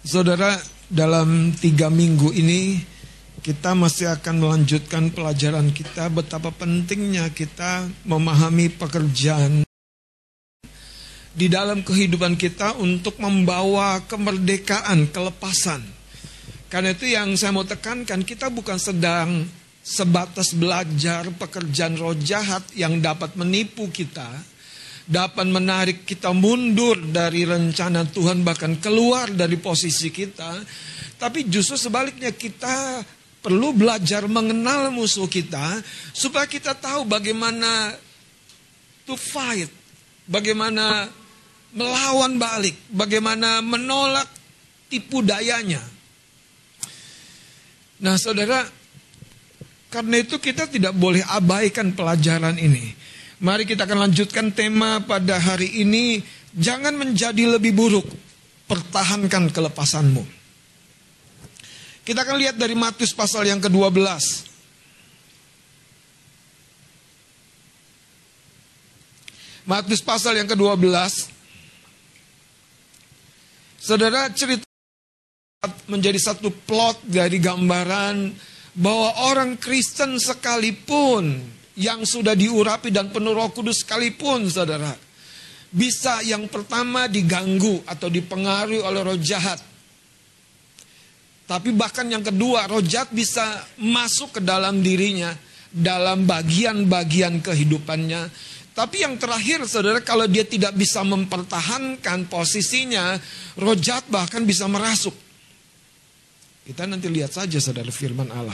Saudara, dalam 3 minggu ini kita masih akan melanjutkan pelajaran kita betapa pentingnya kita memahami pekerjaan di dalam kehidupan kita untuk membawa kemerdekaan, kelepasan. Karena itu yang saya mau tekankan, kita bukan sedang sebatas belajar pekerjaan roh jahat yang dapat menipu kita, dapat menarik kita mundur dari rencana Tuhan, bahkan keluar dari posisi kita. Tapi justru sebaliknya, kita perlu belajar mengenal musuh kita supaya kita tahu bagaimana to fight, bagaimana melawan balik, bagaimana menolak tipu dayanya. Nah saudara, karena itu kita tidak boleh abaikan pelajaran ini. Mari kita akan lanjutkan tema pada hari ini. Jangan menjadi lebih buruk, pertahankan kelepasanmu. Kita akan lihat dari Matius pasal yang ke-12. Matius pasal yang ke-12. Saudara, cerita menjadi satu plot dari gambaran bahwa orang Kristen sekalipun yang sudah diurapi dan penuh Roh Kudus sekalipun, saudara, bisa yang pertama diganggu atau dipengaruhi oleh roh jahat. Tapi bahkan yang kedua, roh jahat bisa masuk ke dalam dirinya, dalam bagian-bagian kehidupannya. Tapi yang terakhir, saudara, kalau dia tidak bisa mempertahankan posisinya, roh jahat bahkan bisa merasuk. Kita nanti lihat saja, saudara, firman Allah.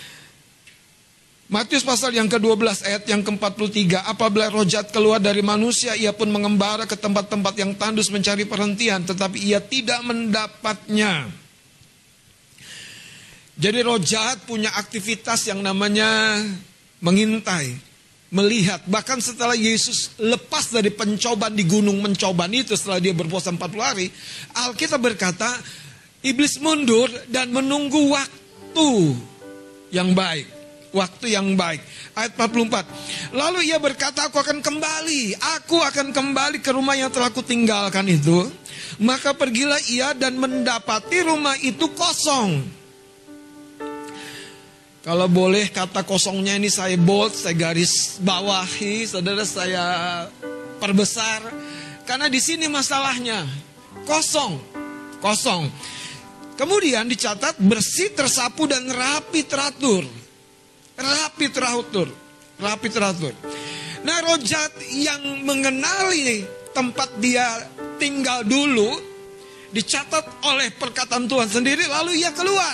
Matius pasal yang ke-12 ayat yang ke-43. Apabila roh jahat keluar dari manusia, ia pun mengembara ke tempat-tempat yang tandus mencari perhentian, tetapi ia tidak mendapatnya. Jadi roh jahat punya aktivitas yang namanya mengintai, melihat. Bahkan setelah Yesus lepas dari pencobaan di gunung mencobaan itu, setelah dia berpuasa 40 hari, Alkitab berkata, iblis mundur dan menunggu waktu yang baik. Waktu yang baik. Ayat 44. Lalu ia berkata, aku akan kembali ke rumah yang telah kutinggalkan itu. Maka pergilah ia dan mendapati rumah itu kosong. Kalau boleh kata kosongnya ini saya bold, saya garis bawahi, saudara, saya perbesar. Karena di sini masalahnya kosong. Kemudian dicatat bersih, tersapu dan rapi teratur. Rapi teratur. Nah, roh jahat yang mengenali tempat dia tinggal dulu dicatat oleh perkataan Tuhan sendiri, lalu ia keluar.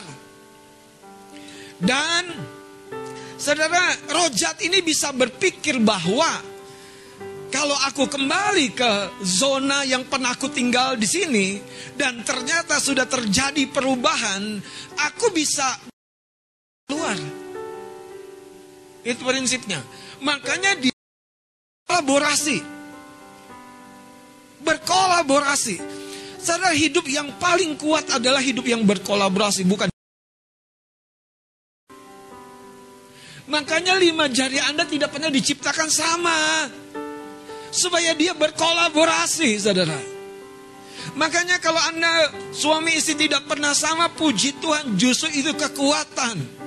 Dan saudara, roh jahat ini bisa berpikir bahwa kalau aku kembali ke zona yang pernah aku tinggal di sini dan ternyata sudah terjadi perubahan, aku bisa keluar. Itu prinsipnya. Makanya dia berkolaborasi. Saudara, hidup yang paling kuat adalah hidup yang berkolaborasi, bukan. Makanya 5 jari Anda tidak pernah diciptakan sama, supaya dia berkolaborasi, saudara. Makanya kalau Anda suami istri tidak pernah sama, puji Tuhan, justru itu kekuatan.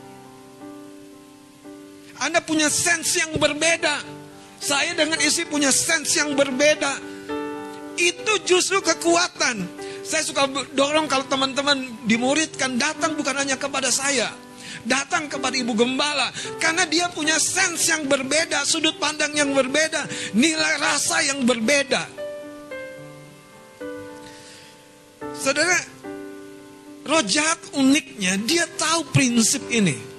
Anda punya sense yang berbeda. Saya dengan istri punya sense yang berbeda. Itu justru kekuatan. Saya suka dorong kalau teman-teman dimuridkan, datang bukan hanya kepada saya, datang kepada Ibu Gembala. Karena dia punya sense yang berbeda, sudut pandang yang berbeda, nilai rasa yang berbeda. Saudara, roh jahat uniknya, dia tahu prinsip ini.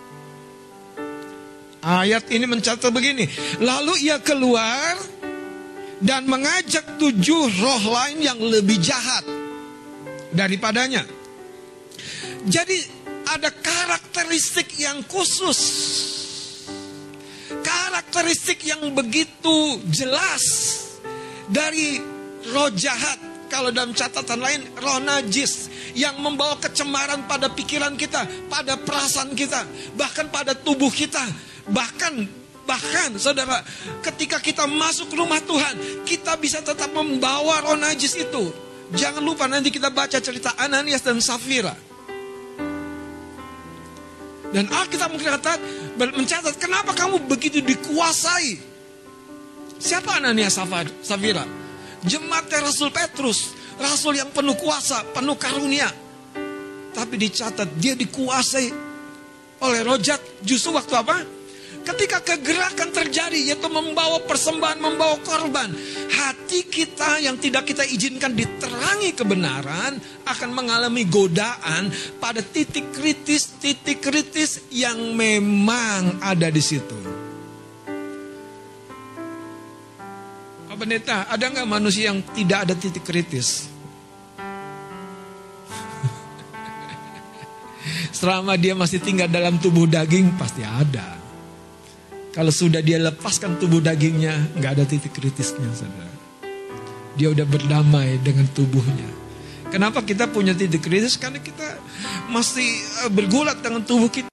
Ayat ini mencatat begini. Lalu ia keluar dan mengajak 7 roh lain yang lebih jahat daripadanya. Jadi ada karakteristik yang khusus. Karakteristik yang begitu jelas dari roh jahat. Kalau dalam catatan lain, roh najis yang membawa kecemaran pada pikiran kita, pada perasaan kita, bahkan pada tubuh kita. Bahkan saudara, ketika kita masuk rumah Tuhan, kita bisa tetap membawa roh najis itu. Jangan lupa nanti kita baca cerita Ananias dan Safira. Dan Alkitab mencatat kenapa kamu begitu dikuasai. Siapa Ananias Safira? Jemaat Rasul Petrus, rasul yang penuh kuasa, penuh karunia. Tapi dicatat dia dikuasai oleh roh jahat. Justru waktu apa? Ketika kegerakan terjadi, yaitu membawa persembahan, membawa korban, hati kita yang tidak kita izinkan diterangi kebenaran akan mengalami godaan pada titik kritis yang memang ada di situ. Pak Pendeta, ada nggak manusia yang tidak ada titik kritis? Selama dia masih tinggal dalam tubuh daging, pasti ada. Kalau sudah dia lepaskan tubuh dagingnya, nggak ada titik kritisnya, saudara. Dia udah berdamai dengan tubuhnya. Kenapa kita punya titik kritis? Karena kita masih bergulat dengan tubuh kita.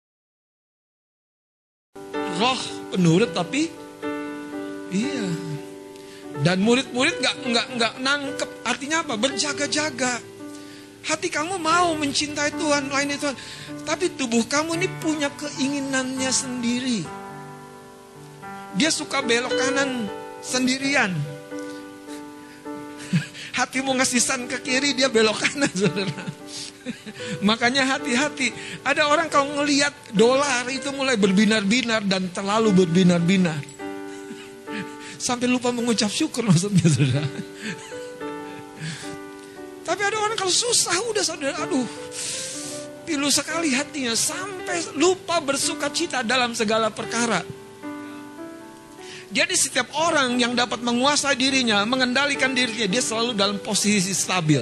Roh penurut tapi iya. Dan murid-murid nggak nangkep. Artinya apa? Berjaga-jaga. Hati kamu mau mencintai Tuhan, lainnya Tuhan. Tapi tubuh kamu ini punya keinginannya sendiri. Dia suka belok kanan sendirian. Hatimu ngasih san ke kiri, dia belok kanan, saudara. Makanya hati-hati. Ada orang kalau ngelihat dolar itu mulai berbinar-binar dan terlalu berbinar-binar. Sampai lupa mengucap syukur maksudnya, saudara. Tapi ada orang kalau susah udah, saudara, aduh, pilu sekali hatinya sampai lupa bersuka cita dalam segala perkara. Jadi setiap orang yang dapat menguasai dirinya, mengendalikan dirinya, dia selalu dalam posisi stabil.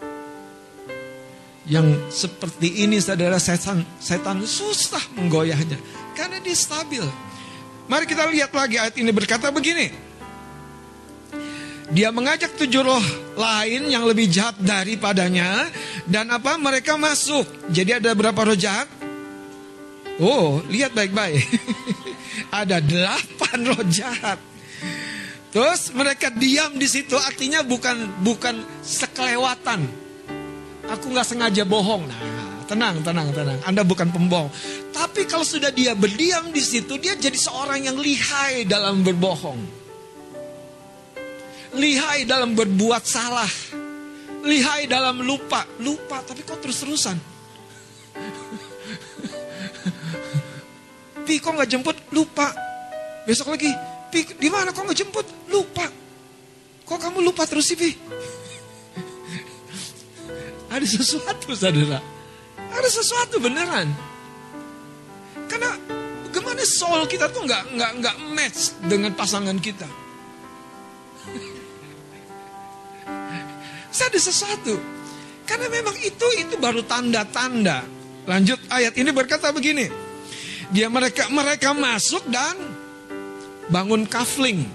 Yang seperti ini, saudara, setan susah menggoyahnya karena dia stabil. Mari kita lihat lagi ayat ini berkata begini. Dia mengajak 7 roh lain yang lebih jahat daripadanya. Dan apa? Mereka masuk. Jadi ada berapa roh jahat? Oh, lihat baik-baik. Ada 8 roh jahat. Terus mereka diam di situ. Artinya bukan sekelewatan. Aku nggak sengaja bohong. Nah, tenang. Anda bukan pembohong. Tapi kalau sudah dia berdiam di situ, dia jadi seorang yang lihai dalam berbohong. Lihai dalam berbuat salah. Lihai dalam lupa. Tapi kok terus-terusan? Pi, kok gak jemput? Lupa. Besok lagi. Pi, di mana kok gak jemput? Lupa. Kok kamu lupa terus sih, Pi? Ada sesuatu, saudara. Ada sesuatu beneran. Karena gimana soul kita tuh nggak match dengan pasangan kita. Ada sesuatu. Karena memang itu baru tanda-tanda. Lanjut ayat ini berkata begini. Mereka masuk dan bangun kafling.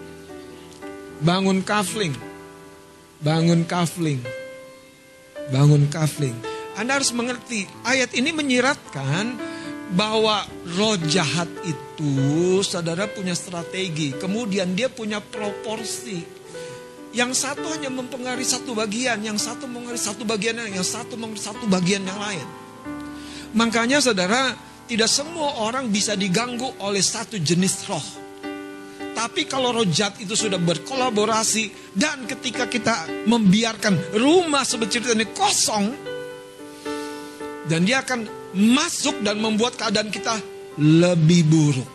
Anda harus mengerti, ayat ini menyiratkan bahwa roh jahat itu, saudara, punya strategi. Kemudian dia punya proporsi. Yang satu hanya mempengaruhi satu bagian, yang satu mempengaruhi satu bagian, yang satu mempengaruhi satu bagian yang lain. Makanya, saudara, tidak semua orang bisa diganggu oleh satu jenis roh. Tapi kalau roh jahat itu sudah berkolaborasi, dan ketika kita membiarkan rumah seperti ini kosong, dan dia akan masuk dan membuat keadaan kita lebih buruk.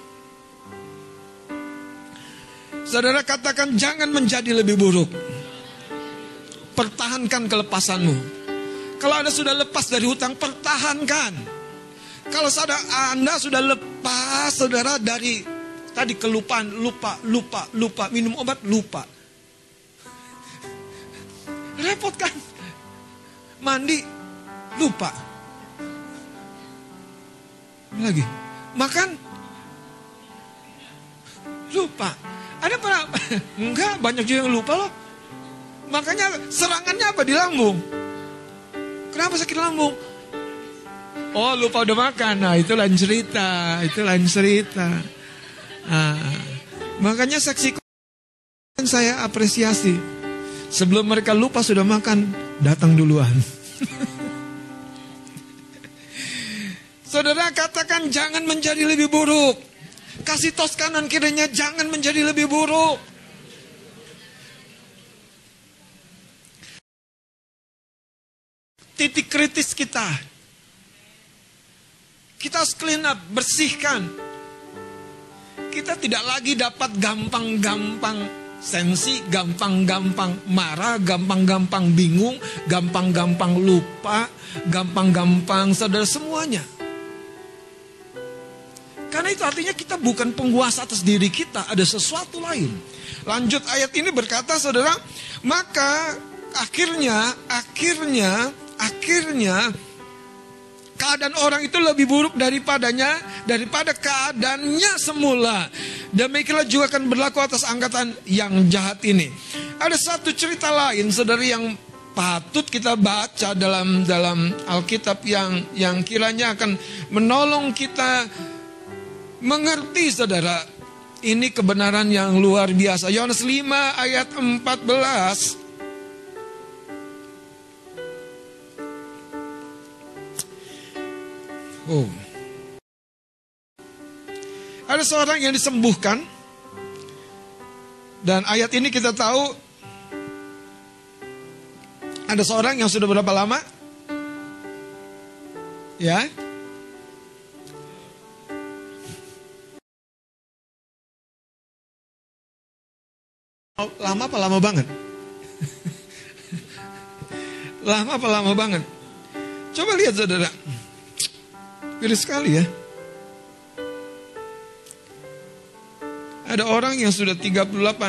Saudara, katakan jangan menjadi lebih buruk. Pertahankan kelepasanmu. Kalau Anda sudah lepas dari hutang, pertahankan. Kalau Anda sudah lepas, saudara, dari tadi kelupaan, lupa, minum obat, lupa. Repot kan? Mandi, lupa. Lagi, makan, lupa. Ada pernah? Enggak, banyak juga yang lupa loh. Makanya serangannya apa? Di lambung. Kenapa sakit lambung? Oh, lupa udah makan. Nah, itu lain cerita. Makanya saksi saya apresiasi. Sebelum mereka lupa sudah makan, datang duluan. Saudara, katakan jangan menjadi lebih buruk. Kasih tos kanan kirinya, jangan menjadi lebih buruk. Titik kritis kita harus clean up, bersihkan. Kita tidak lagi dapat gampang-gampang sensi, gampang-gampang marah, gampang-gampang bingung, gampang-gampang lupa, gampang-gampang saudara semuanya. Karena itu artinya kita bukan penguasa atas diri kita, ada sesuatu lain. Lanjut ayat ini berkata saudara, maka akhirnya keadaan orang itu lebih buruk daripada keadaannya semula. Demikianlah juga akan berlaku atas angkatan yang jahat ini. Ada satu cerita lain saudara yang patut kita baca dalam Alkitab yang kiranya akan menolong kita mengerti saudara. Ini kebenaran yang luar biasa. Yohanes 5 ayat 14. Oh. Ada seorang yang disembuhkan. Dan ayat ini kita tahu ada seorang yang sudah berapa lama? Ya. Lama apa lama banget? Lama apa lama banget? Coba lihat saudara. Gede sekali ya. Ada orang yang sudah 38.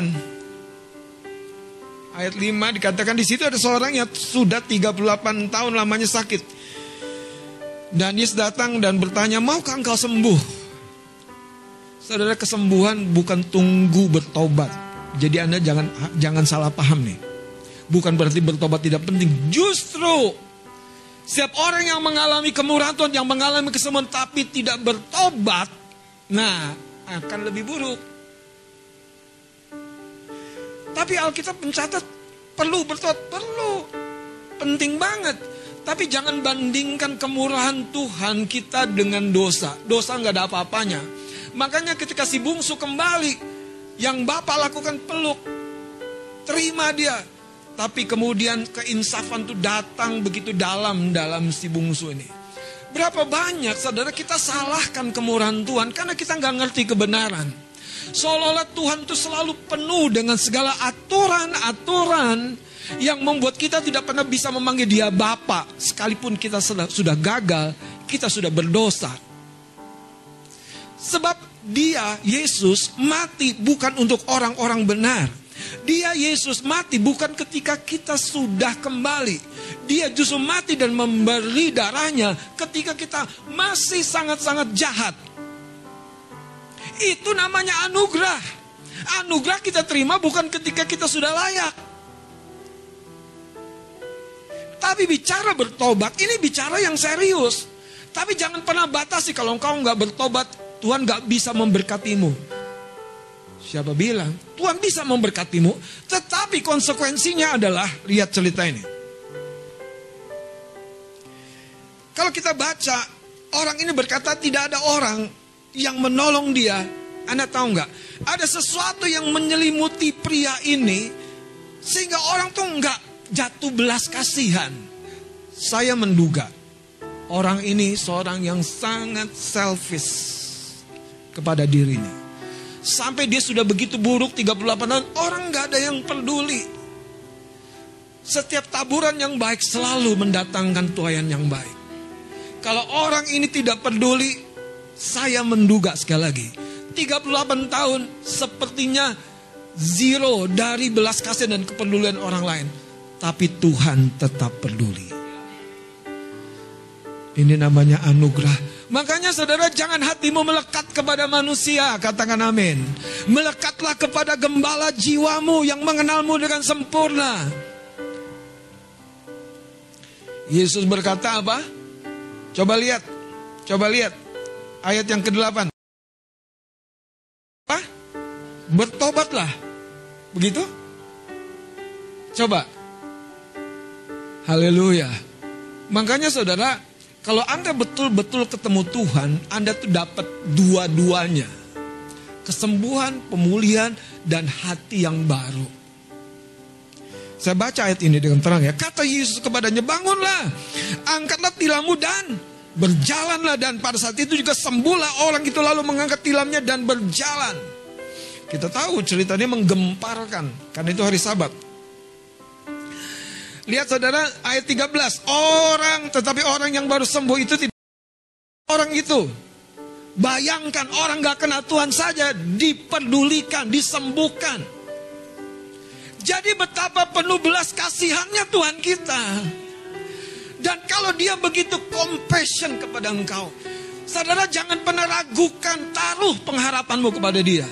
Ayat 5 dikatakan di situ ada seorang yang sudah 38 tahun lamanya sakit. Dan Yesus datang dan bertanya, maukah engkau sembuh? Saudara, kesembuhan bukan tunggu bertobat. Jadi Anda jangan salah paham nih. Bukan berarti bertobat tidak penting. Justru setiap orang yang mengalami kemurahan Tuhan, yang mengalami kesembuhan tapi tidak bertobat, nah akan lebih buruk. Tapi Alkitab mencatat perlu bertobat, perlu, penting banget. Tapi jangan bandingkan kemurahan Tuhan kita dengan dosa. Dosa nggak ada apa-apanya. Makanya ketika si bungsu kembali, yang Bapak lakukan peluk, terima dia. Tapi kemudian keinsafan itu datang begitu dalam si bungsu ini. Berapa banyak saudara kita salahkan kemurahan Tuhan karena kita nggak ngerti kebenaran. Seolah-olah Tuhan itu selalu penuh dengan segala aturan yang membuat kita tidak pernah bisa memanggil dia Bapa. Sekalipun kita sudah gagal, kita sudah berdosa. Sebab dia, Yesus, mati bukan untuk orang-orang benar. Dia, Yesus, mati bukan ketika kita sudah kembali. Dia justru mati dan memberi darahnya ketika kita masih sangat-sangat jahat. Itu namanya anugerah. Anugerah kita terima bukan ketika kita sudah layak. Tapi bicara bertobat, ini bicara yang serius. Tapi jangan pernah batasi, kalau engkau nggak bertobat, Tuhan nggak bisa memberkatimu. Siapa bilang? Tuhan bisa memberkatimu, tetapi konsekuensinya adalah, lihat cerita ini. Kalau kita baca, orang ini berkata tidak ada orang yang menolong dia. Anda tahu nggak? Ada sesuatu yang menyelimuti pria ini, sehingga orang tuh nggak jatuh belas kasihan. Saya menduga, orang ini seorang yang sangat selfish kepada dirinya. Sampai dia sudah begitu buruk 38 tahun, orang gak ada yang peduli. Setiap taburan yang baik selalu mendatangkan tuaian yang baik. Kalau orang ini tidak peduli, saya menduga sekali lagi, 38 tahun sepertinya zero dari belas kasihan dan kepedulian orang lain. Tapi Tuhan tetap peduli. Ini namanya anugerah. Makanya saudara, jangan hatimu melekat kepada manusia, katakan amin. Melekatlah kepada gembala jiwamu yang mengenalmu dengan sempurna. Yesus berkata apa? Coba lihat ayat yang ke-8. Apa? Bertobatlah. Begitu? Coba. Haleluya. Makanya saudara, kalau Anda betul-betul ketemu Tuhan, Anda tuh dapat dua-duanya. Kesembuhan, pemulihan, dan hati yang baru. Saya baca ayat ini dengan terang ya. Kata Yesus kepadanya, bangunlah, angkatlah tilammu dan berjalanlah. Dan pada saat itu juga sembuhlah orang itu, lalu mengangkat tilamnya dan berjalan. Kita tahu ceritanya menggemparkan, karena itu hari Sabat. Lihat saudara ayat 13. Tetapi orang yang baru sembuh itu tidak orang itu. Bayangkan orang gak kenal Tuhan saja dipedulikan, disembuhkan. Jadi betapa penuh belas kasihannya Tuhan kita. Dan kalau dia begitu compassion kepada engkau, saudara jangan pernah ragukan, taruh pengharapanmu kepada dia.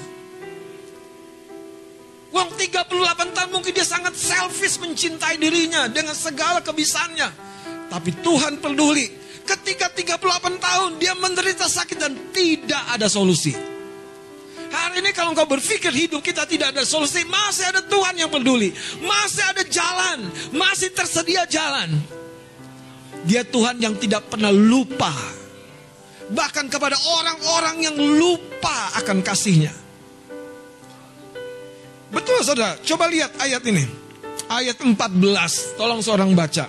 Wong 38 tahun mungkin dia sangat selfish mencintai dirinya dengan segala kebisaannya. Tapi Tuhan peduli. Ketika 38 tahun dia menderita sakit dan tidak ada solusi. Hari ini kalau engkau berpikir hidup kita tidak ada solusi, masih ada Tuhan yang peduli. Masih ada jalan, masih tersedia jalan. Dia Tuhan yang tidak pernah lupa. Bahkan kepada orang-orang yang lupa akan kasihnya. Betul saudara, coba lihat ayat ini. Ayat 14, tolong seorang baca.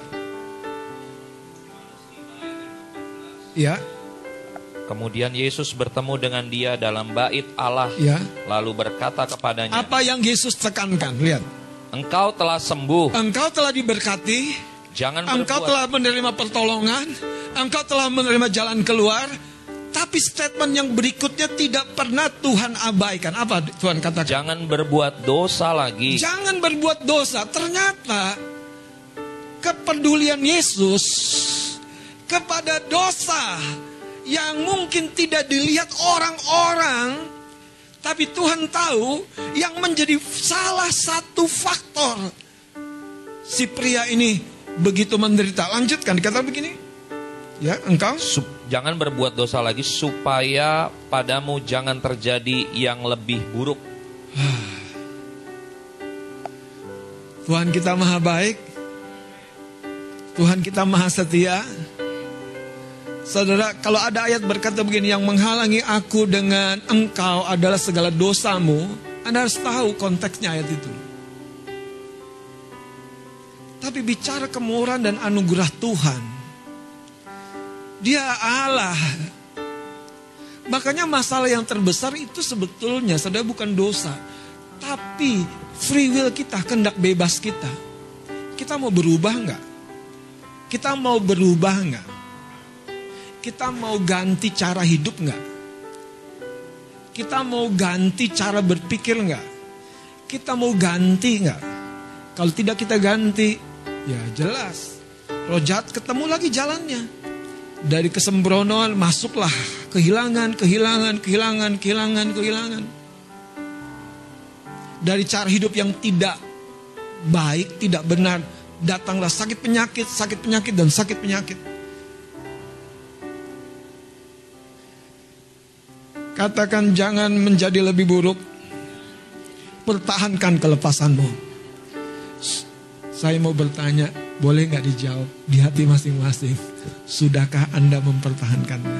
Ya. Kemudian Yesus bertemu dengan dia dalam bait Allah, ya. Lalu berkata kepadanya. Apa yang Yesus tekankan, lihat. Engkau telah sembuh. Engkau telah diberkati. Engkau telah menerima pertolongan. Engkau telah menerima jalan keluar. Tapi statement yang berikutnya tidak pernah Tuhan abaikan. Apa Tuhan katakan? Jangan berbuat dosa lagi. Jangan berbuat dosa. Ternyata kepedulian Yesus kepada dosa yang mungkin tidak dilihat orang-orang, tapi Tuhan tahu yang menjadi salah satu faktor si pria ini begitu menderita. Lanjutkan, dikatakan begini. Ya, engkau jangan berbuat dosa lagi supaya padamu jangan terjadi yang lebih buruk. Tuhan kita maha baik. Tuhan kita maha setia. Saudara, kalau ada ayat berkata begini, yang menghalangi aku dengan engkau adalah segala dosamu, Anda harus tahu konteksnya ayat itu. Tapi bicara kemurahan dan anugerah Tuhan, Dia Allah. Makanya masalah yang terbesar itu sebetulnya saudara bukan dosa, tapi free will kita, kehendak bebas kita. Kita mau berubah enggak? Kita mau berubah enggak? Kita mau ganti cara hidup enggak? Kita mau ganti cara berpikir enggak? Kita mau ganti enggak? Kalau tidak kita ganti, ya jelas roh jahat ketemu lagi jalannya. Dari kesembronoan masuklah kehilangan. Dari cara hidup yang tidak baik, tidak benar, datanglah sakit penyakit, dan sakit penyakit. Katakan jangan menjadi lebih buruk. Pertahankan kelepasanmu. Saya mau bertanya, boleh gak dijawab di hati masing-masing? Sudahkah Anda mempertahankannya?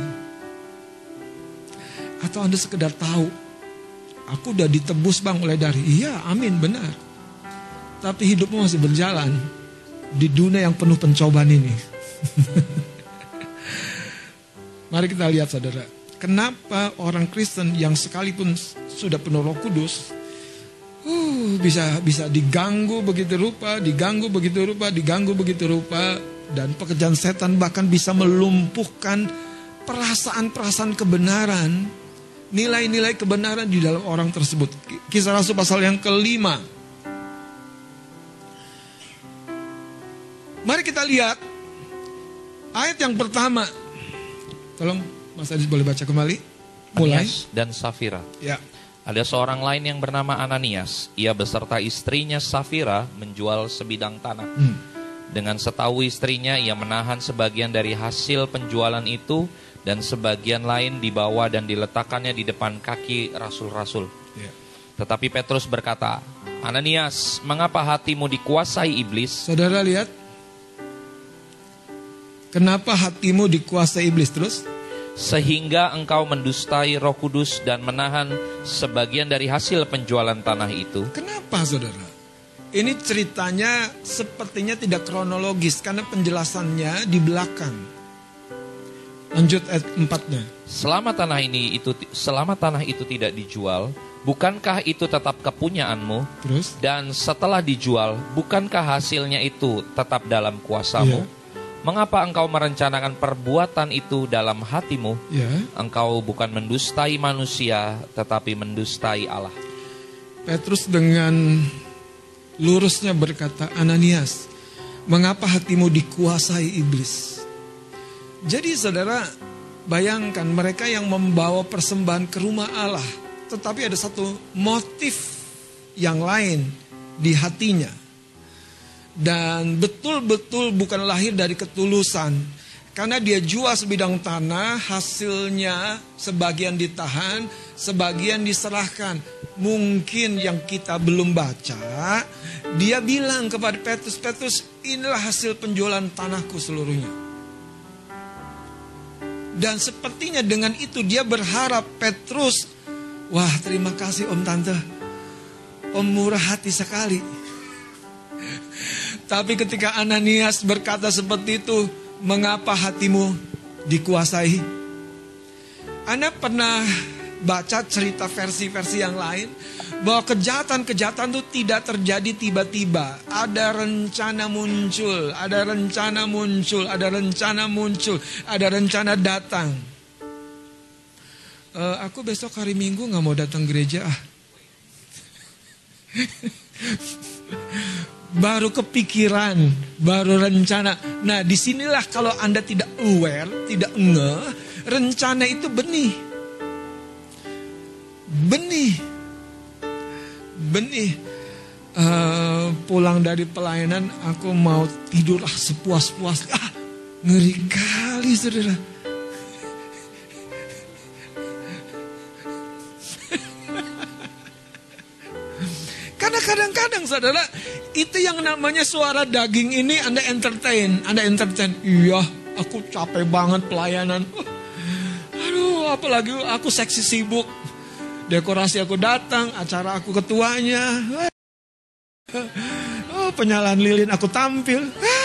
Atau Anda sekedar tahu, aku udah ditebus bang oleh dari, iya amin benar. Tapi hidupmu masih berjalan di dunia yang penuh pencobaan ini. Mari kita lihat saudara, kenapa orang Kristen yang sekalipun sudah penuh Roh Kudus, bisa diganggu begitu rupa, dan pekerjaan setan bahkan bisa melumpuhkan perasaan-perasaan kebenaran, nilai-nilai kebenaran di dalam orang tersebut. Kisah Rasul pasal yang ke-5. Mari kita lihat ayat yang pertama. Tolong Mas Adis boleh baca kembali. Mulai. Ananias dan Safira. Ya. Ada seorang lain yang bernama Ananias. Ia beserta istrinya Safira menjual sebidang tanah. Dengan setahu istrinya, ia menahan sebagian dari hasil penjualan itu dan sebagian lain dibawa dan diletakkannya di depan kaki rasul-rasul. Yeah. Tetapi Petrus berkata, Ananias, mengapa hatimu dikuasai iblis? Saudara lihat, kenapa hatimu dikuasai iblis terus? Sehingga engkau mendustai Roh Kudus dan menahan sebagian dari hasil penjualan tanah itu. Kenapa saudara? Ini ceritanya sepertinya tidak kronologis karena penjelasannya di belakang. Lanjut ayat 4-nya. Selama tanah itu tidak dijual, bukankah itu tetap kepunyaanmu? Terus? Dan setelah dijual, bukankah hasilnya itu tetap dalam kuasamu? Iya. Mengapa engkau merencanakan perbuatan itu dalam hatimu? Ya. Engkau bukan mendustai manusia, tetapi mendustai Allah. Petrus dengan lurusnya berkata, Ananias, mengapa hatimu dikuasai iblis? Jadi saudara, bayangkan mereka yang membawa persembahan ke rumah Allah, tetapi ada satu motif yang lain di hatinya. Dan betul-betul bukan lahir dari ketulusan. Karena dia jual sebidang tanah, hasilnya sebagian ditahan, sebagian diserahkan. Mungkin yang kita belum baca, dia bilang kepada Petrus, Petrus, inilah hasil penjualan tanahku seluruhnya. Dan sepertinya dengan itu dia berharap Petrus, wah terima kasih om tante, om murah hati sekali. Tapi ketika Ananias berkata seperti itu, mengapa hatimu dikuasai? Anda pernah baca cerita versi-versi yang lain bahwa kejahatan-kejahatan itu tidak terjadi tiba-tiba. Ada rencana muncul, ada rencana muncul, ada rencana muncul, ada rencana datang. Aku besok hari Minggu gak mau datang gereja. Baru kepikiran, baru rencana. Nah disinilah kalau Anda tidak aware, tidak ngeh, rencana itu benih. Pulang dari pelayanan, aku mau tidurlah sepuas-puas. Ngeri kali saudara. Karena kadang-kadang saudara, itu yang namanya suara daging ini Anda entertain. Iya, aku capek banget pelayanan. Aduh, apalagi aku seksi sibuk. Dekorasi aku datang, acara aku ketuanya. Penyalaan lilin aku tampil.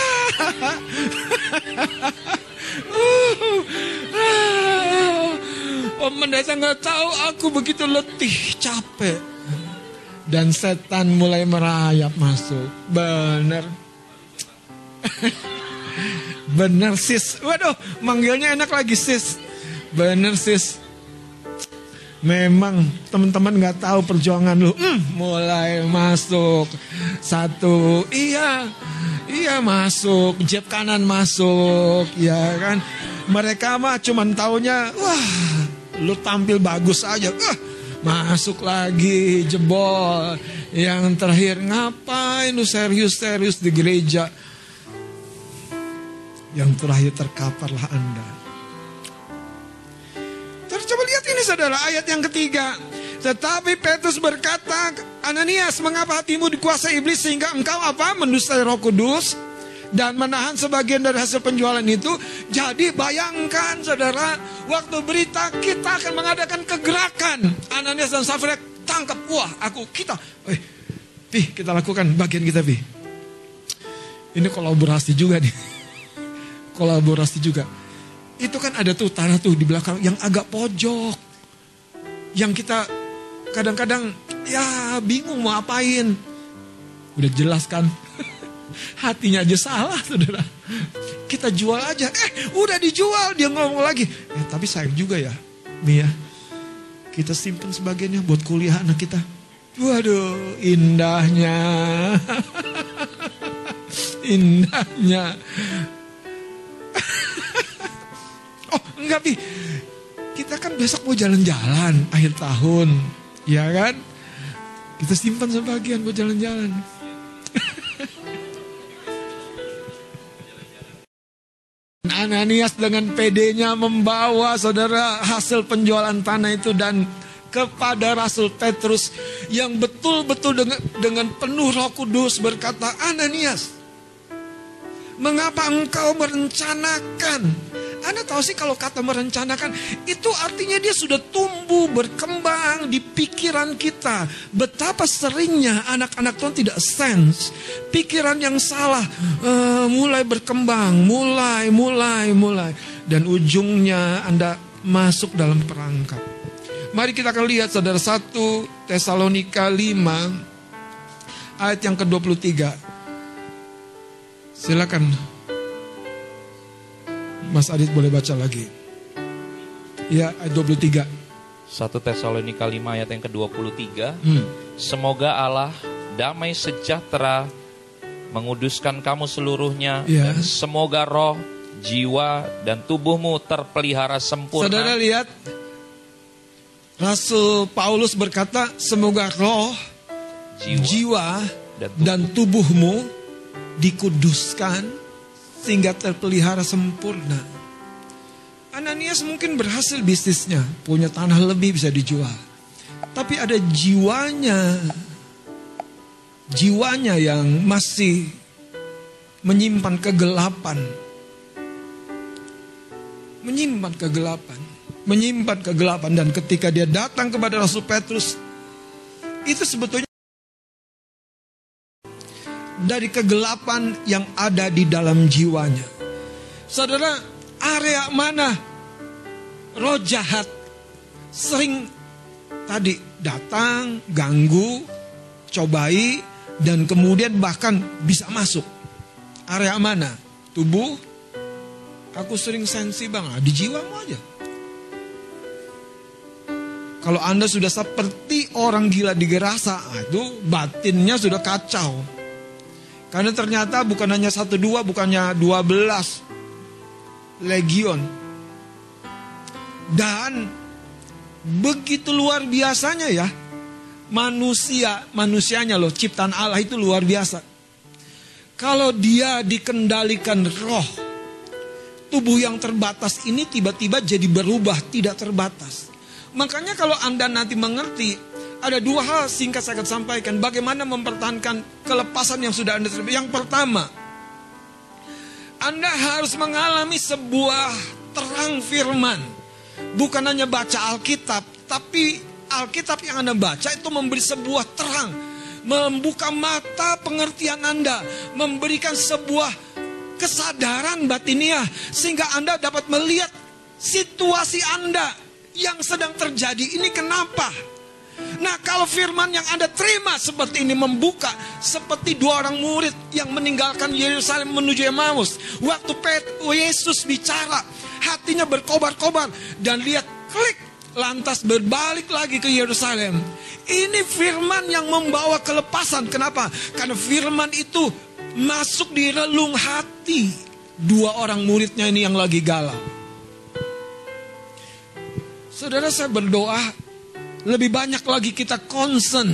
Pendeta nggak tahu aku begitu letih, capek. Dan setan mulai merayap masuk. Bener sis. Waduh, manggilnya enak lagi sis. Bener sis. Memang teman-teman gak tahu perjuangan lu. Mulai masuk. Satu, iya masuk. Jab kanan masuk. Ya kan. Mereka mah cuman taunya, wah lu tampil bagus aja. Masuk lagi, jebol. Yang terakhir, ngapain lu serius-serius di gereja? Yang terakhir terkaparlah Anda. Terus coba lihat ini saudara, ayat yang ketiga. Tetapi Petrus berkata, Ananias, mengapa hatimu dikuasai iblis sehingga engkau apa? Mendustai Roh Kudus dan menahan sebagian dari hasil penjualan itu. Jadi bayangkan saudara, waktu berita kita akan mengadakan kegerakan. Ananias dan Safira tangkap, kita lakukan bagian kita, Pi. Ini kolaborasi juga nih. Kolaborasi juga. Itu kan ada tuh tanah tuh di belakang yang agak pojok. Yang kita kadang-kadang ya bingung mau apain. Udah jelas kan. Hatinya aja salah saudara. Kita jual aja. Udah dijual. Dia ngomong lagi. Tapi sayang juga ya Mia. Kita simpen sebagiannya buat kuliah anak kita. Waduh, indahnya. Indahnya. Oh enggak Pi. Kita kan besok mau jalan-jalan akhir tahun. Ya kan. Kita simpan sebagian buat jalan-jalan. Ananias dengan PD-nya membawa saudara hasil penjualan tanah itu dan kepada Rasul Petrus yang betul-betul dengan penuh Roh Kudus berkata, Ananias, mengapa engkau merencanakan? Anda tahu sih kalau kata merencanakan, itu artinya dia sudah tumbuh, berkembang di pikiran kita. Betapa seringnya anak-anak Tuhan tidak sense. Pikiran yang salah mulai berkembang, mulai. Dan ujungnya Anda masuk dalam perangkap. Mari kita akan lihat saudara 1 Tesalonika 5 ayat yang ke-23. Silakan Mas Adit boleh baca lagi. Ya, ayat 23. 1 Tesalonika 5 ayat yang ke-23. Semoga Allah damai sejahtera menguduskan kamu seluruhnya. Dan semoga roh, jiwa, dan tubuhmu terpelihara sempurna. Saudara lihat, Rasul Paulus berkata, semoga roh, jiwa dan tubuhmu dikuduskan sehingga terpelihara sempurna. Ananias mungkin berhasil bisnisnya, punya tanah lebih bisa dijual. Tapi ada jiwanya yang masih menyimpan kegelapan. Menyimpan kegelapan. Dan ketika dia datang kepada Rasul Petrus, itu sebetulnya dari kegelapan yang ada di dalam jiwanya. Saudara, area mana roh jahat sering tadi datang, ganggu, cobai, dan kemudian bahkan bisa masuk? Area mana? Tubuh? Aku sering sensi bang, di jiwamu aja. Kalau Anda sudah seperti orang gila digerasa, itu batinnya sudah kacau. Karena ternyata bukan hanya 1-2, bukannya 12 legion. Dan begitu luar biasanya ya, manusianya loh, ciptaan Allah itu luar biasa. Kalau dia dikendalikan roh, tubuh yang terbatas ini tiba-tiba jadi berubah, tidak terbatas. Makanya kalau Anda nanti mengerti, ada 2 hal singkat saya akan sampaikan. Bagaimana mempertahankan kelepasan yang sudah Anda terima. Yang pertama, Anda harus mengalami sebuah terang firman. Bukan hanya baca Alkitab, tapi Alkitab yang Anda baca itu memberi sebuah terang. Membuka mata pengertian Anda. Memberikan sebuah kesadaran batiniah. Sehingga Anda dapat melihat situasi Anda yang sedang terjadi. Ini kenapa? Nah, kalau firman yang Anda terima seperti ini membuka seperti 2 orang murid yang meninggalkan Yerusalem menuju Emmaus. Waktu Yesus bicara, hatinya berkobar-kobar dan lihat klik, lantas berbalik lagi ke Yerusalem. Ini firman yang membawa kelepasan. Kenapa? Karena firman itu masuk di relung hati 2 orang muridnya ini yang lagi galau. Saudara, saya berdoa lebih banyak lagi kita concern,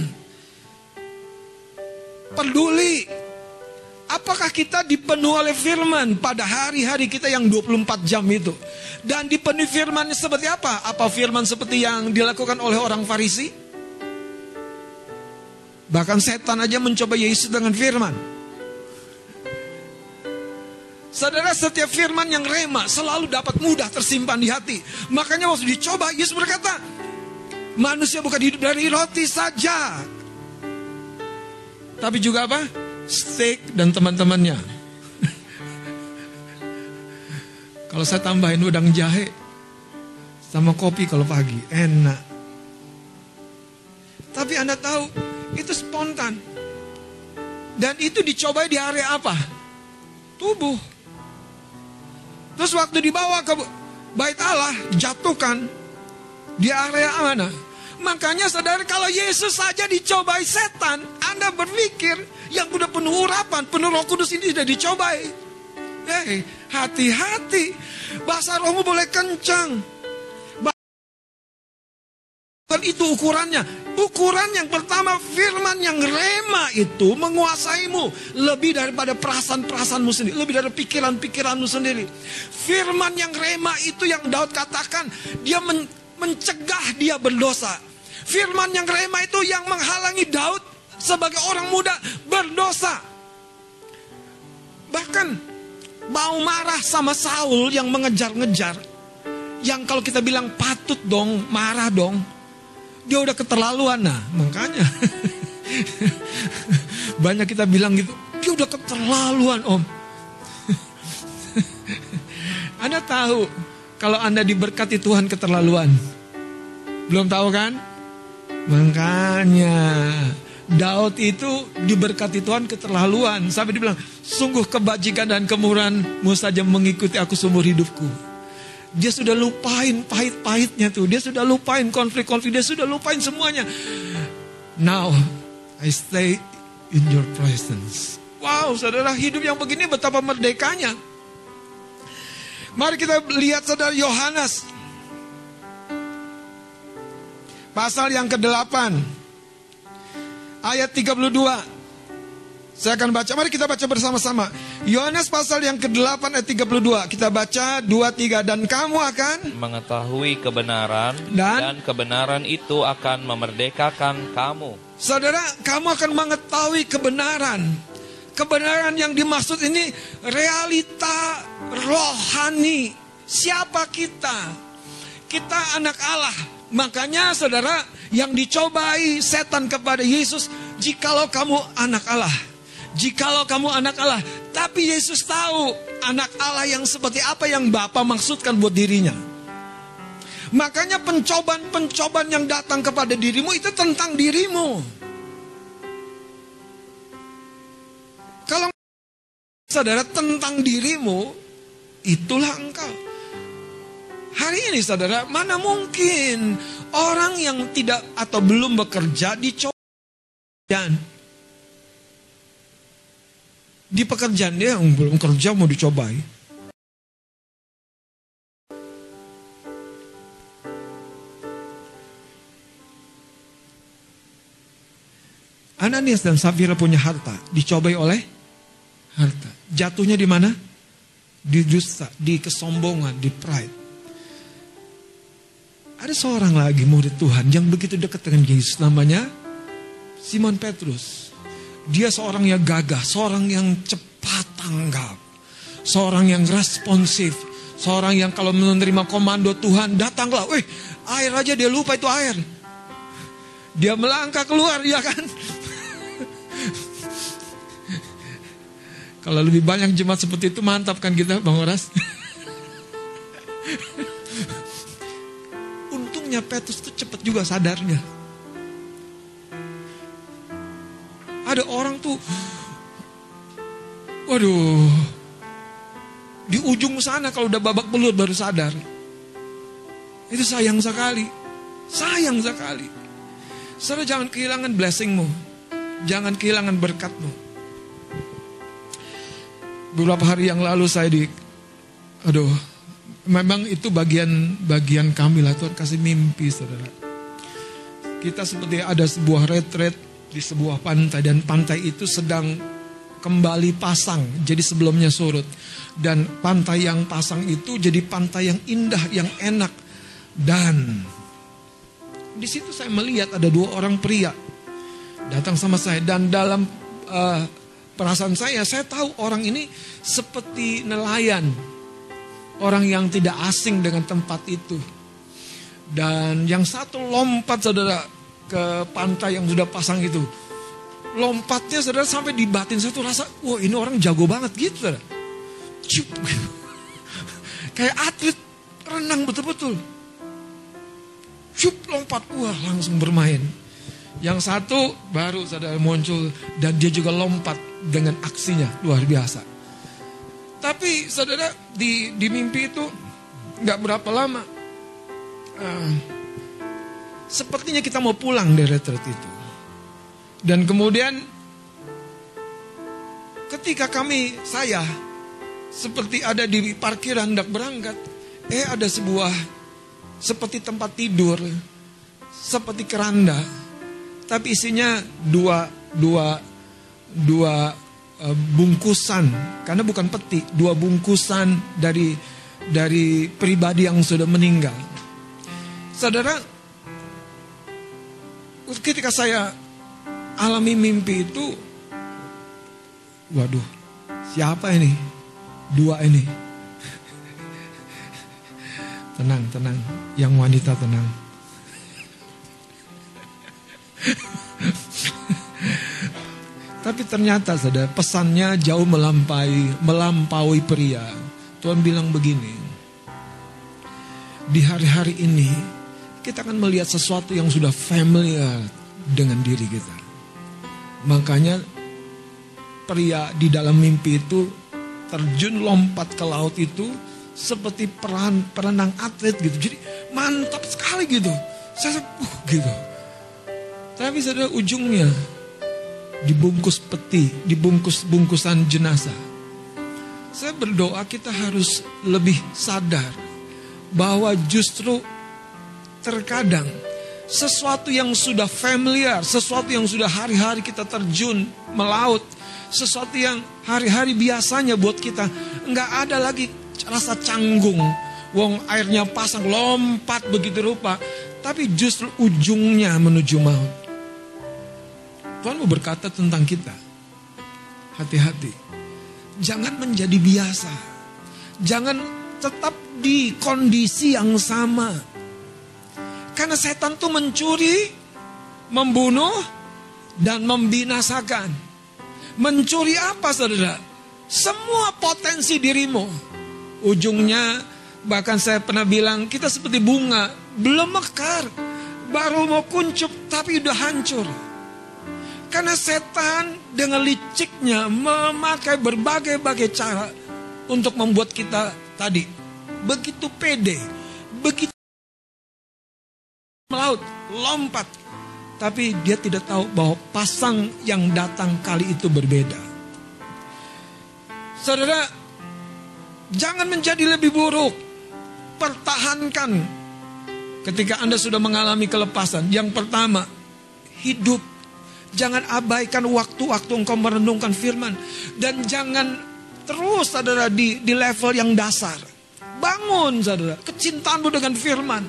peduli. Apakah kita dipenuhi oleh firman pada hari-hari kita yang 24 jam itu? Dan dipenuhi firman seperti apa? Apa firman seperti yang dilakukan oleh orang Farisi? Bahkan setan aja mencoba Yesus dengan firman. Saudara, setiap firman yang rema selalu dapat mudah tersimpan di hati. Makanya waktu dicoba, Yesus berkata, manusia bukan hidup dari roti saja, tapi juga apa? Steak dan teman-temannya. Kalau saya tambahin udang jahe sama kopi kalau pagi, enak. Tapi Anda tahu, itu spontan. Dan itu dicoba di area apa? Tubuh. Terus waktu dibawa ke bait Allah, jatuhkan di area mana? Makanya saudara, kalau Yesus saja dicobai setan, Anda berpikir yang udah penuh urapan, penuh Roh Kudus ini sudah dicobai. Hati-hati. Bahasa rohmu boleh kencang. Bukan itu ukurannya. Ukuran yang pertama, firman yang rema itu menguasaimu lebih daripada perasaan-perasaanmu sendiri, lebih dari pikiran-pikiranmu sendiri. Firman yang rema itu yang Daud katakan, dia mencegah dia berdosa. Firman yang rema itu yang menghalangi Daud sebagai orang muda berdosa. Bahkan mau marah sama Saul yang mengejar-ngejar. Yang kalau kita bilang patut dong, marah dong. Dia udah keterlaluan. Nah, makanya banyak kita bilang gitu, dia udah keterlaluan, Om. Anda tahu kalau Anda diberkati Tuhan keterlaluan? Belum tahu kan? Makanya Daud itu diberkati Tuhan keterlaluan. Sampai dibilang, sungguh kebajikan dan kemurahan-Mu saja mengikuti aku seumur hidupku. Dia sudah lupain pahit-pahitnya tuh. Dia sudah lupain konflik-konflik. Dia sudah lupain semuanya. Now, I stay in your presence. Wow, saudara, hidup yang begini betapa merdekanya. Mari kita lihat saudara Yohanes. Pasal yang ke-8. Ayat 32. Saya akan baca, mari kita baca bersama-sama. Yohanes pasal yang ke-8 ayat 32. Kita baca 2-3. Dan kamu akan mengetahui kebenaran, dan kebenaran itu akan memerdekakan kamu. Saudara, kamu akan mengetahui kebenaran. Kebenaran yang dimaksud ini realita rohani. Siapa kita? Kita anak Allah. Makanya saudara, yang dicobai setan kepada Yesus, jikalau kamu anak Allah. Jikalau kamu anak Allah. Tapi Yesus tahu anak Allah yang seperti apa yang Bapa maksudkan buat dirinya. Makanya pencobaan-pencobaan yang datang kepada dirimu itu tentang dirimu. Kalau saudara tentang dirimu, itulah engkau. Hari ini saudara, mana mungkin orang yang tidak atau belum bekerja dicoba. Dan di pekerjaan dia yang belum kerja mau dicobai. Ananias dan Safira punya harta, dicobai oleh harta. Jatuhnya di mana? Di dusta, di kesombongan, di pride. Ada seorang lagi murid Tuhan yang begitu dekat dengan Yesus, namanya Simon Petrus. Dia seorang yang gagah, seorang yang cepat tanggap, seorang yang responsif, seorang yang kalau menerima komando Tuhan, datanglah, air aja dia lupa itu air. Dia melangkah keluar, ya kan? Kalau lebih banyak jemaat seperti itu mantap kan kita, Bang Horas? Untungnya Petrus itu cepat juga sadarnya. Ada orang tuh, waduh, di ujung sana kalau udah babak belut baru sadar. Itu sayang sekali, sayang sekali. Saudara jangan kehilangan blessingmu, jangan kehilangan berkatmu. Beberapa hari yang lalu saya memang itu bagian kami lah, Tuhan kasih mimpi saudara. Kita seperti ada sebuah retret di sebuah pantai, dan pantai itu sedang kembali pasang, jadi sebelumnya surut. Dan pantai yang pasang itu jadi pantai yang indah, yang enak. Dan di situ saya melihat ada 2 orang pria datang sama saya, dan dalam perasaan saya tahu orang ini seperti nelayan, orang yang tidak asing dengan tempat itu. Dan yang satu lompat saudara ke pantai yang sudah pasang itu. Lompatnya saudara sampai di batin saya tuh rasa, wah ini orang jago banget gitu saudara. Ciup. Kayak atlet renang betul-betul. Ciup lompat, wah langsung bermain. Yang satu baru saudara muncul, dan dia juga lompat dengan aksinya luar biasa. Tapi saudara di mimpi itu gak berapa lama, sepertinya kita mau pulang dari retret itu. Dan kemudian ketika saya seperti ada di parkiran hendak berangkat, ada sebuah seperti tempat tidur, seperti keranda, tapi isinya dua bungkusan, karena bukan peti, 2 bungkusan dari pribadi yang sudah meninggal. Saudara, ketika saya alami mimpi itu, waduh, siapa ini? Dua ini. Tenang, yang wanita tenang. Tapi ternyata saudara, pesannya jauh melampaui pria. Tuhan bilang begini, di hari-hari ini kita akan melihat sesuatu yang sudah familiar dengan diri kita. Makanya pria di dalam mimpi itu terjun lompat ke laut itu seperti perenang atlet gitu. Jadi mantap sekali gitu. Saya gitu. Tapi saudara, ujungnya dibungkus peti, bungkusan jenazah. Saya berdoa kita harus lebih sadar bahwa justru terkadang sesuatu yang sudah familiar, sesuatu yang sudah hari-hari kita terjun melaut, sesuatu yang hari-hari biasanya buat kita, nggak ada lagi rasa canggung. Wong airnya pasang, lompat begitu rupa, tapi justru ujungnya menuju maut. Tuhan mau berkata tentang kita, hati-hati, jangan menjadi biasa, jangan tetap di kondisi yang sama. Karena setan tuh mencuri, membunuh, dan membinasakan. Mencuri apa saudara? Semua potensi dirimu. Ujungnya, bahkan saya pernah bilang, kita seperti bunga, belum mekar, baru mau kuncup tapi udah hancur. Karena setan dengan liciknya memakai berbagai cara untuk membuat kita tadi begitu pede, begitu melaut, lompat. Tapi dia tidak tahu bahwa pasang yang datang kali itu berbeda. Saudara, jangan menjadi lebih buruk. Pertahankan ketika Anda sudah mengalami kelepasan. Yang pertama, hidup. Jangan abaikan waktu-waktu engkau merenungkan firman. Dan jangan terus saudara di level yang dasar. Bangun saudara, kecintaanmu dengan firman.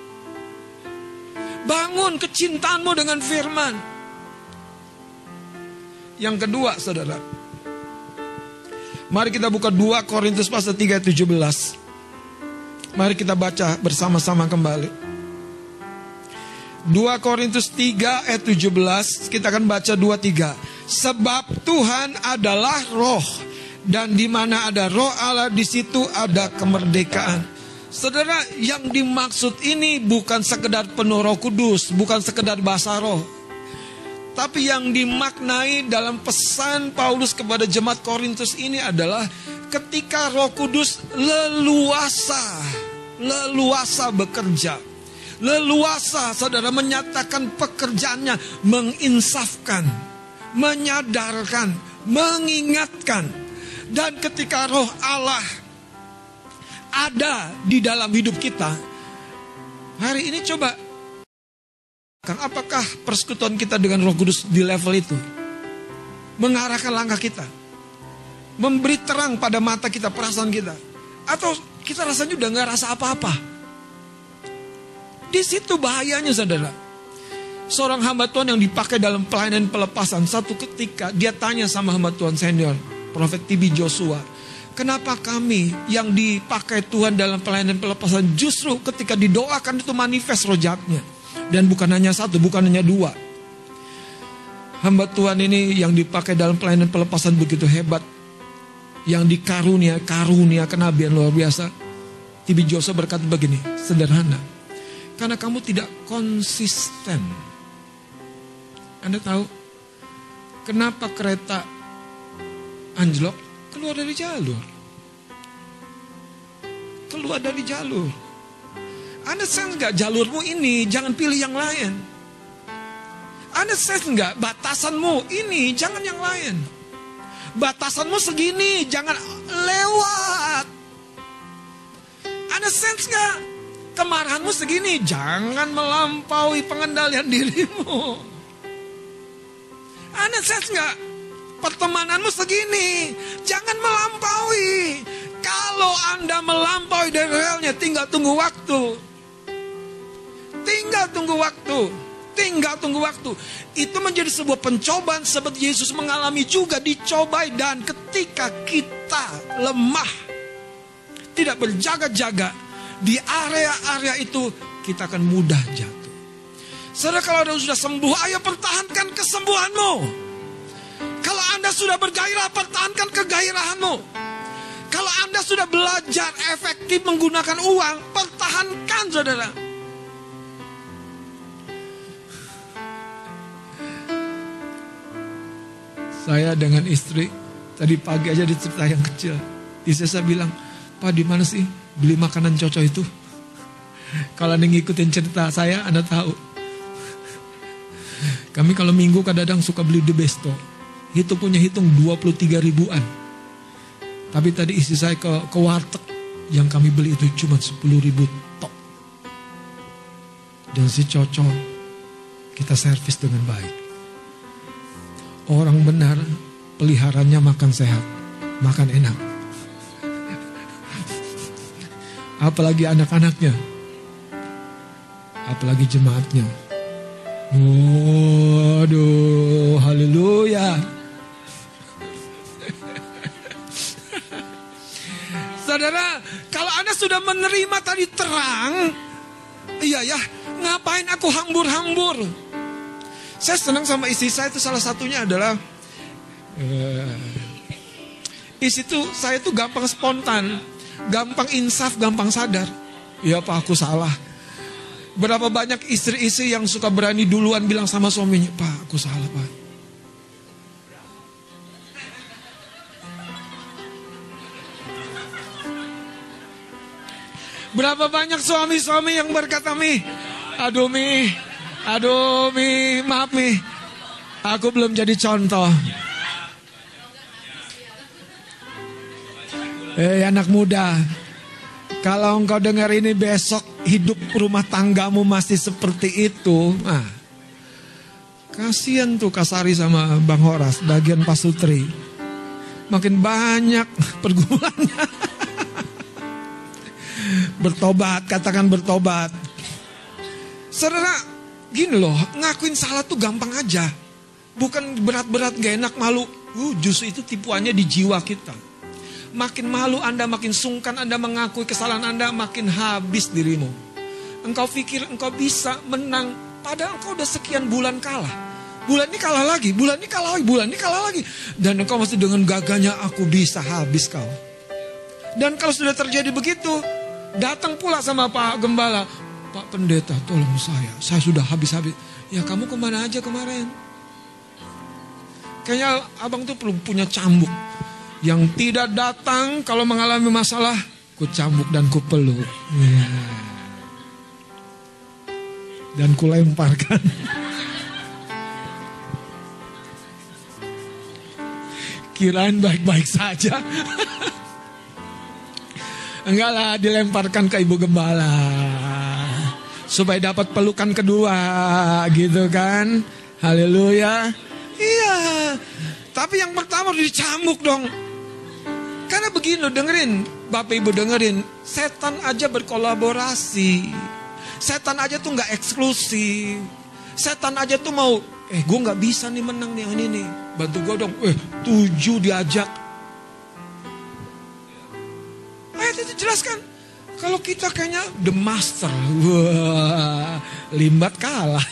Bangun kecintaanmu dengan firman. Yang kedua saudara, mari kita buka 2 Korintus pasal 3 ayat 17. Mari kita baca bersama-sama kembali. 2 Korintus 3 ayat 17, kita akan baca 2-3. Sebab Tuhan adalah roh, dan di mana ada roh Allah, di situ ada kemerdekaan. Saudara, yang dimaksud ini bukan sekedar penuh Roh Kudus, bukan sekedar bahasa roh. Tapi yang dimaknai dalam pesan Paulus kepada jemaat Korintus ini adalah ketika Roh Kudus leluasa bekerja. Leluasa saudara menyatakan pekerjaannya, menginsafkan, menyadarkan, mengingatkan. Dan ketika roh Allah ada di dalam hidup kita, hari ini coba, apakah persekutuan kita dengan Roh Kudus di level itu? Mengarahkan langkah kita, memberi terang pada mata kita, perasaan kita, atau kita rasanya udah gak rasa apa-apa? Di situ bahayanya saudara. Seorang hamba Tuhan yang dipakai dalam pelayanan pelepasan, satu ketika dia tanya sama hamba Tuhan senior, Prophet TB Joshua, kenapa kami yang dipakai Tuhan dalam pelayanan pelepasan justru ketika didoakan itu manifest roh jahatnya. Dan bukan hanya satu, bukan hanya dua. Hamba Tuhan ini yang dipakai dalam pelayanan pelepasan begitu hebat, yang karunia kenabian luar biasa. TB Joshua berkata begini, sederhana, karena kamu tidak konsisten. Anda tahu kenapa kereta anjlok? Keluar dari jalur. Anda sense gak jalurmu ini, jangan pilih yang lain. Anda sense gak batasanmu ini, jangan yang lain. Batasanmu segini, jangan lewat. Anda sense gak kemarahanmu segini, jangan melampaui pengendalian dirimu. Anda sense gak? Pertemananmu segini, jangan melampaui. Kalau Anda melampaui dari relnya, tinggal tunggu waktu. tinggal tunggu waktu. Itu menjadi sebuah pencobaan seperti Yesus mengalami juga, dicobai. Dan ketika kita lemah, tidak berjaga-jaga di area-area itu, kita akan mudah jatuh. Saudara, kalau Anda sudah sembuh, ayo pertahankan kesembuhanmu. Kalau Anda sudah bergairah, pertahankan kegairahanmu. Kalau Anda sudah belajar efektif menggunakan uang, pertahankan, saudara. Saya dengan istri, tadi pagi aja di cerita yang kecil. Istri saya bilang, Pak, di mana sih beli makanan cocok itu? Kalau Anda ngikutin cerita saya, Anda tahu. Kami kalau minggu kadang-kadang suka beli The Besto. Itu punya hitung 23 ribuan. Tapi tadi istri saya ke warteg, yang kami beli itu cuma 10 ribu tok. Dan si cocok kita servis dengan baik. Orang benar peliharanya makan sehat, makan enak. Apalagi anak-anaknya, apalagi jemaatnya. Waduh, haleluya. Saudara, kalau Anda sudah menerima tadi terang, iya ya, ngapain aku hambur-hambur? Saya senang sama istri saya, itu salah satunya adalah istri itu, saya itu gampang spontan, gampang insaf, gampang sadar. Ya Pak, aku salah. Berapa banyak istri-istri yang suka berani duluan bilang sama suaminya, Pak, aku salah Pak. Berapa banyak suami-suami yang berkata, aduh Mi, maaf Mi, aku belum jadi contoh. Anak muda, kalau engkau dengar ini besok hidup rumah tanggamu masih seperti itu, kasihan tuh Kasari sama Bang Horas, bagian Pak Sutri. Makin banyak pergumulannya. Bertobat, katakan bertobat. Saudara, gini loh, ngakuin salah tuh gampang aja. Bukan berat-berat, gak enak, malu. Justru itu tipuannya di jiwa kita. Makin malu Anda, makin sungkan Anda mengakui kesalahan Anda, makin habis dirimu. Engkau pikir engkau bisa menang, padahal engkau udah sekian bulan kalah. Bulan ini kalah lagi, bulan ini kalah lagi, bulan ini kalah lagi. Dan engkau masih dengan gagahnya, aku bisa, habis kau. Dan kalau sudah terjadi begitu, datang pula sama Pak Gembala, Pak Pendeta, tolong saya sudah habis-habis. Ya kamu kemana aja kemarin? Kayaknya abang tuh perlu punya cambuk. Yang tidak datang kalau mengalami masalah, ku cambuk dan ku peluk. Dan ku lemparkan. Kirain baik-baik saja. Enggak lah, dilemparkan ke Ibu Gembala. Supaya dapat pelukan kedua, gitu kan. Haleluya. Iya. Tapi yang pertama harus dicambuk dong. Karena begini loh, dengerin. Bapak Ibu dengerin. Setan aja berkolaborasi. Setan aja tuh gak eksklusif. Setan aja tuh mau, gue gak bisa nih menang nih ini nih. Bantu gue dong. 7 diajak. Ayat itu jelaskan. Kalau kita kayaknya the master. Wah, Limbat kalah.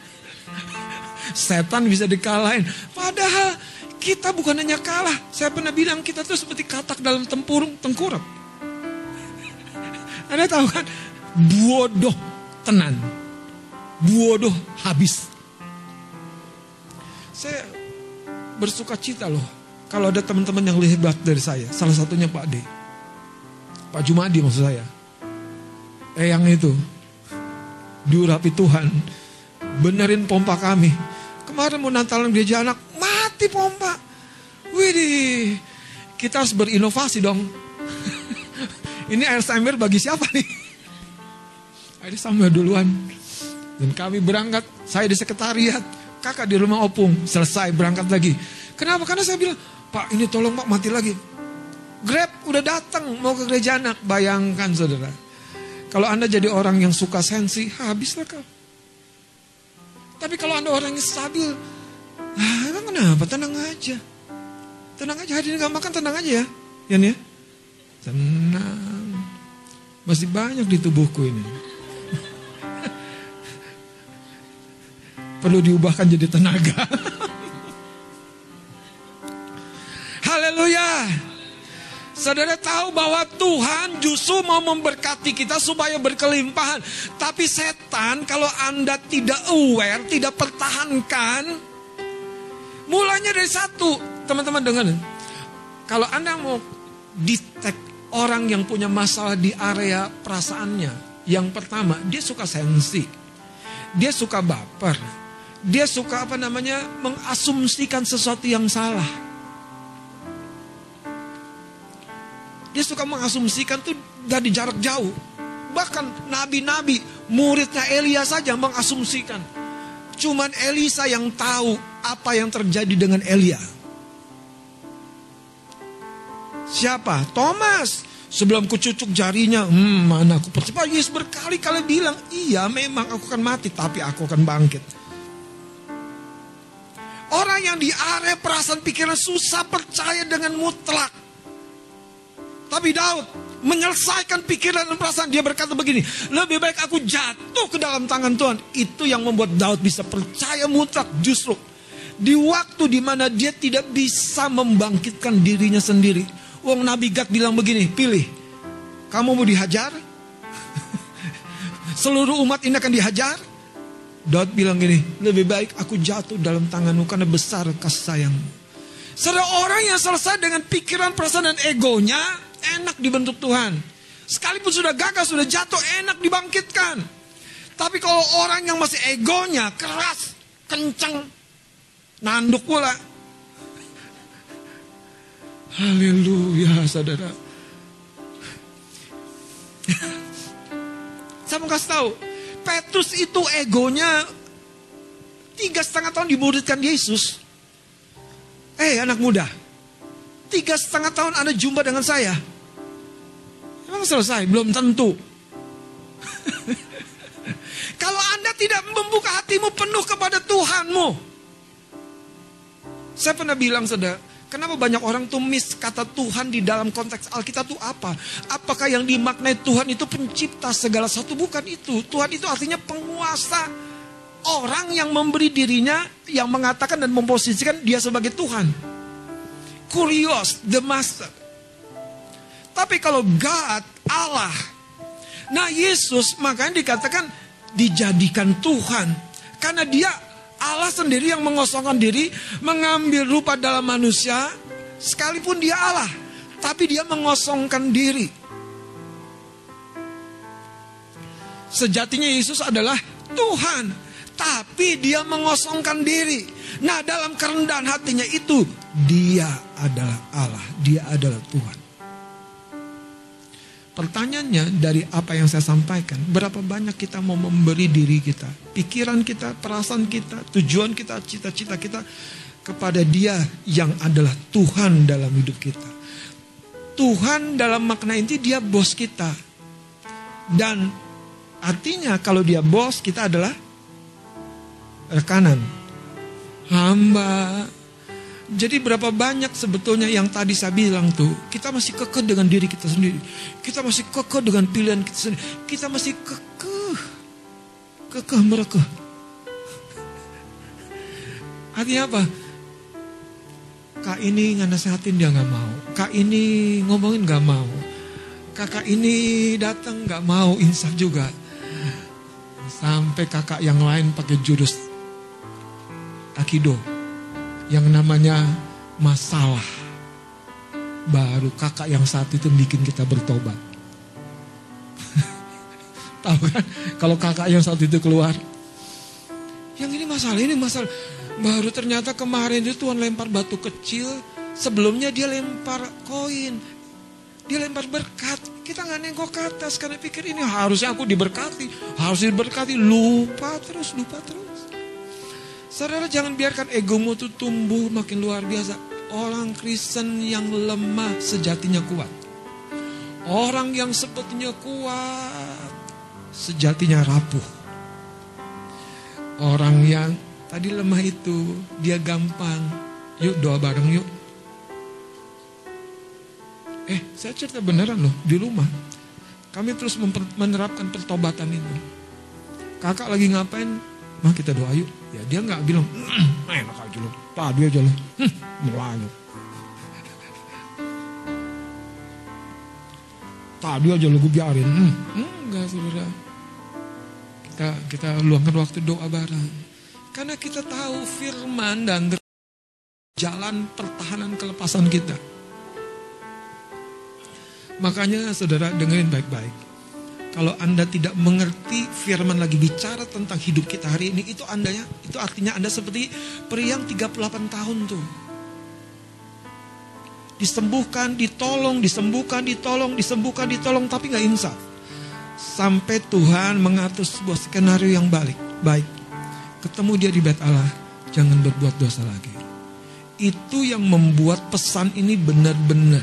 Setan bisa dikalahin. Padahal kita bukan hanya kalah. Saya pernah bilang kita tuh seperti katak dalam tengkurap. Anda tahu kan? Bodoh tenan. Bodoh habis. Saya bersuka cita loh. Kalau ada teman-teman yang lebih hebat dari saya. Salah satunya Pak D. Pak Jumadi maksud saya. Yang itu. Diurapi Tuhan. Benerin pompa kami. Kemarin mau Natalan gereja anak, mati pompa. Widih, kita harus berinovasi dong. Ini air samber bagi siapa nih? Air samber duluan. Dan kami berangkat, saya di sekretariat, kakak di rumah opung, selesai berangkat lagi. Kenapa? Karena saya bilang, Pak ini tolong Pak mati lagi. Grab udah datang mau ke gereja anak. Bayangkan saudara, kalau Anda jadi orang yang suka sensi, habislah kau. Tapi kalau Anda orang yang stabil, emang kenapa? Tenang aja. Tenang aja, hari ini gak makan, tenang aja ya. Yan ya. Tenang. Masih banyak di tubuhku ini. Perlu diubahkan jadi tenaga. Haleluya. Saudara tahu bahwa Tuhan justru mau memberkati kita supaya berkelimpahan. Tapi setan kalau Anda tidak aware, tidak pertahankan, mulanya dari satu. Teman-teman dengar. Kalau Anda mau detect orang yang punya masalah di area perasaannya. Yang pertama, dia suka sensi. Dia suka baper. Dia suka mengasumsikan sesuatu yang salah. Dia suka mengasumsikan tuh dari jarak jauh. Bahkan nabi-nabi, muridnya Elia saja mengasumsikan. Cuman Elisa yang tahu apa yang terjadi dengan Elia. Siapa? Thomas. Sebelum kucucuk jarinya, mana aku percaya. Yesus berkali-kali bilang, iya memang aku akan mati, tapi aku akan bangkit. Orang yang di area perasaan pikiran susah percaya dengan mutlak. Tapi Daud menyelesaikan pikiran dan perasaan. Dia berkata begini, lebih baik aku jatuh ke dalam tangan Tuhan. Itu yang membuat Daud bisa percaya mutlak justru. Di waktu dimana dia tidak bisa membangkitkan dirinya sendiri. Wong Nabi Gad bilang begini, pilih. Kamu mau dihajar? Seluruh umat ini akan dihajar? Daud bilang gini, lebih baik aku jatuh dalam tanganmu karena besar kasih sayangmu. Orang yang selesai dengan pikiran, perasaan dan egonya, enak dibentuk Tuhan. Sekalipun sudah gagal, sudah jatuh, enak dibangkitkan. Tapi kalau orang yang masih egonya keras, kencang, nanduk pula. Haleluya, saudara. Saya mau kasih tahu, Petrus itu egonya 3,5 tahun dimuridkan Yesus. Anak muda, 3,5 tahun Anda jumpa dengan saya. Emang selesai? Belum tentu. Kalau Anda tidak membuka hatimu penuh kepada Tuhanmu. Saya pernah bilang, saudara, kenapa banyak orang tuh miss kata Tuhan di dalam konteks Alkitab itu apa? Apakah yang dimaknai Tuhan itu pencipta segala sesuatu? Bukan itu. Tuhan itu artinya penguasa. Orang yang memberi dirinya, yang mengatakan dan memposisikan dia sebagai Tuhan. Kurios, the master. Tapi kalau God, Allah. Nah Yesus makanya dikatakan dijadikan Tuhan. Karena dia Allah sendiri yang mengosongkan diri, mengambil rupa dalam manusia. Sekalipun dia Allah, tapi dia mengosongkan diri. Sejatinya Yesus adalah Tuhan, tapi dia mengosongkan diri. Nah dalam kerendahan hatinya itu, dia adalah Allah, dia adalah Tuhan. Pertanyaannya dari apa yang saya sampaikan, berapa banyak kita mau memberi diri kita, pikiran kita, perasaan kita, tujuan kita, cita-cita kita kepada dia yang adalah Tuhan dalam hidup kita. Tuhan dalam makna inti dia bos kita. Dan artinya kalau dia bos, kita adalah rekanan, hamba. Jadi berapa banyak sebetulnya yang tadi saya bilang tuh, kita masih kekeh dengan diri kita sendiri. Kita masih kekeh dengan pilihan kita sendiri. Kita masih kekeh merekeh. Artinya apa? Kak ini ngenasehatin dia gak mau. Kak ini ngomongin gak mau. Kakak ini datang gak mau insaf juga. Sampai kakak yang lain pakai jurus Aikido yang namanya masalah. Baru kakak yang saat itu bikin kita bertobat. Tahu kan? Kalau kakak yang saat itu keluar, yang ini masalah. Baru ternyata kemarin itu Tuhan lempar batu kecil. Sebelumnya dia lempar koin. Dia lempar berkat. Kita gak nengok ke atas karena pikir ini harusnya aku diberkati. Harus diberkati. Lupa terus. Saudara jangan biarkan egomu itu tumbuh makin luar biasa. Orang Kristen yang lemah sejatinya kuat. Orang yang sepertinya kuat sejatinya rapuh. Orang yang tadi lemah itu, dia gampang. Yuk doa bareng yuk. Saya cerita beneran loh, di rumah. Kami terus menerapkan pertobatan itu. Kakak lagi ngapain? Mah kita doa yuk. Ya dia gak bilang, enak aja loh. Tadi aja loh, mulanya. Tadi aja lo gue biarin. Enggak saudara. Kita luangkan waktu doa bareng. Karena kita tahu firman dan jalan pertahanan kelepasan kita. Makanya saudara dengerin baik-baik. Kalau Anda tidak mengerti firman lagi bicara tentang hidup kita hari ini, itu artinya Anda seperti pria yang 38 tahun tuh. Disembuhkan, ditolong, tapi gak insaf. Sampai Tuhan mengatur sebuah skenario yang baik. Ketemu dia di bait Allah, jangan berbuat dosa lagi. Itu yang membuat pesan ini benar-benar.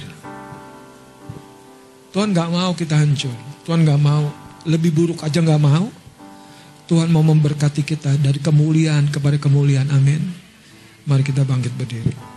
Tuhan gak mau kita hancur. Tuhan gak mau, lebih buruk aja gak mau. Tuhan mau memberkati kita dari kemuliaan kepada kemuliaan, amin. Mari kita bangkit berdiri.